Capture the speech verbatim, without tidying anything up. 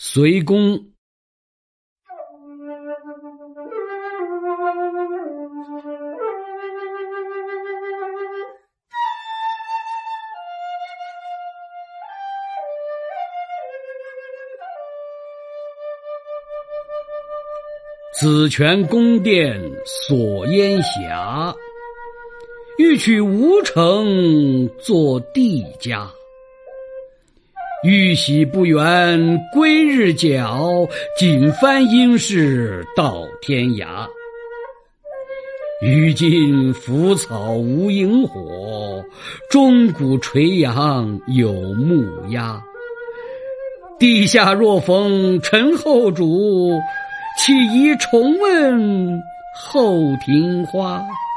隋公。紫泉宫殿锁烟霞，欲取吴城作帝家。玉玺不远归日角，锦帆应是到天涯。于今腐草无萤火，钟鼓垂杨有木鸦。地下若逢陈后主，岂宜重问后庭花。